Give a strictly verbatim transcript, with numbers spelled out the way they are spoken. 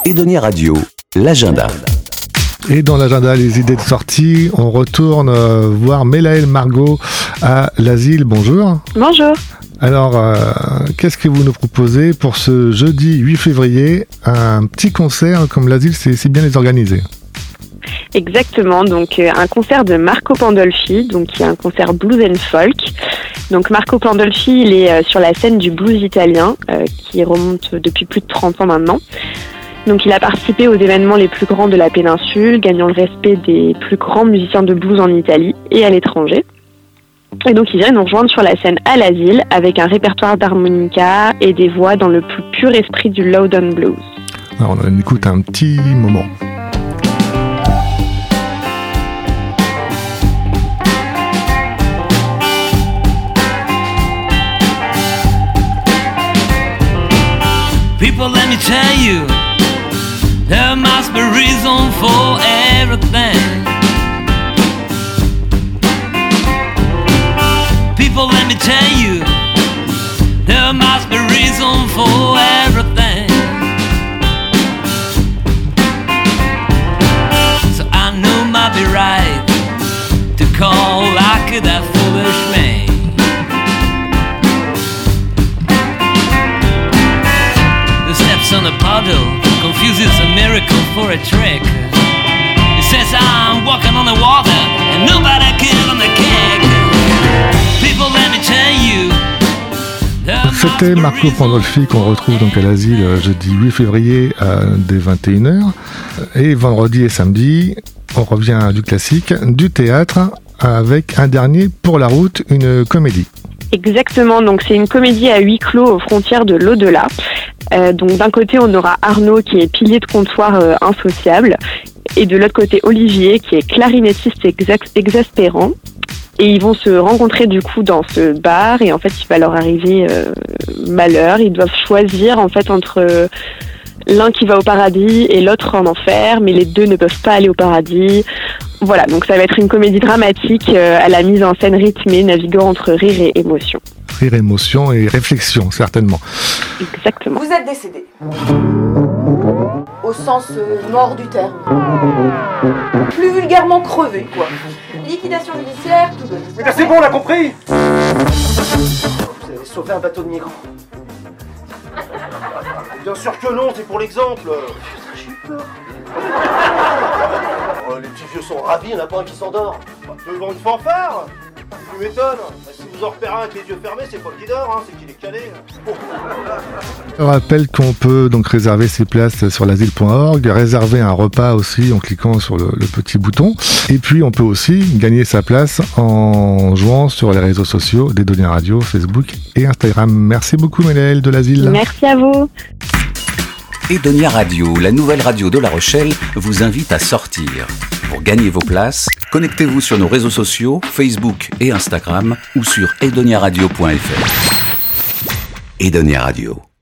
Edonia Radio, l'agenda. Et dans l'agenda, les idées de sortie, on retourne euh, voir Mélaëlle Margot à l'Asile. Bonjour. Bonjour. Alors, euh, qu'est-ce que vous nous proposez pour ce jeudi huit février? Un petit concert, comme l'Asile, c'est, c'est bien les organiser. Exactement, donc euh, un concert de Marco Pandolfi, donc qui est un concert blues and folk. Donc Marco Pandolfi, il est euh, sur la scène du blues italien, euh, qui remonte depuis plus de trente ans maintenant. Donc il a participé aux événements les plus grands de la péninsule, gagnant le respect des plus grands musiciens de blues en Italie et à l'étranger. Et donc il vient nous rejoindre sur la scène à l'Asile avec un répertoire d'harmonica et des voix dans le plus pur esprit du Lowdown Blues. Alors on en écoute un petit moment. People, let me tell you, there must be reason for everything. People, let me tell you, there must be reason for everything. So I know it might be right to call like that foolish man. On a puddle, confuses a miracle for a trick. He says I'm walking on the water and nobody can on the cake. People, let me tell you. C'était Marco Pandolfi qu'on retrouve donc à l'Asile jeudi huit février à, dès vingt et une heures. Et vendredi et samedi, on revient du classique, du théâtre avec un dernier pour la route, une comédie. Exactement, donc c'est une comédie à huis clos aux frontières de l'au-delà. Euh, donc d'un côté on aura Arnaud qui est pilier de comptoir euh, insociable et de l'autre côté Olivier qui est clarinettiste exa- exaspérant et ils vont se rencontrer du coup dans ce bar et en fait il va leur arriver euh, malheur. Ils doivent choisir en fait entre euh, l'un qui va au paradis et l'autre en enfer, mais les deux ne peuvent pas aller au paradis. Voilà, donc ça va être une comédie dramatique euh, à la mise en scène rythmée, naviguant entre rire et émotion. Rire, émotion et réflexion, certainement. Exactement. Vous êtes décédé. Au sens euh, mort du terme. Plus vulgairement crevé, quoi. Liquidation judiciaire, tout donne. Mais ben c'est bon, on l'a compris. Vous avez sauvé un bateau de migrants. Bien sûr que non, c'est pour l'exemple. Putain, j'ai eu peur. Oh, les petits vieux sont ravis, il n'y en a pas un qui s'endort. Devant une fanfare. Tu m'étonnes. Si vous en repérez un avec les yeux fermés, c'est pas qu'il dort, hein, c'est qu'il est calé. Oh. Je rappelle qu'on peut donc réserver ses places sur l'asile point org, réserver un repas aussi en cliquant sur le, le petit bouton. Et puis on peut aussi gagner sa place en jouant sur les réseaux sociaux d'Edonia Radio, Facebook et Instagram. Merci beaucoup Mélaëlle de l'Asile. Merci à vous. Edonia Radio, la nouvelle radio de La Rochelle, vous invite à sortir. Pour gagner vos places, connectez-vous sur nos réseaux sociaux, Facebook et Instagram ou sur edonia radio point f r. Edonia Radio.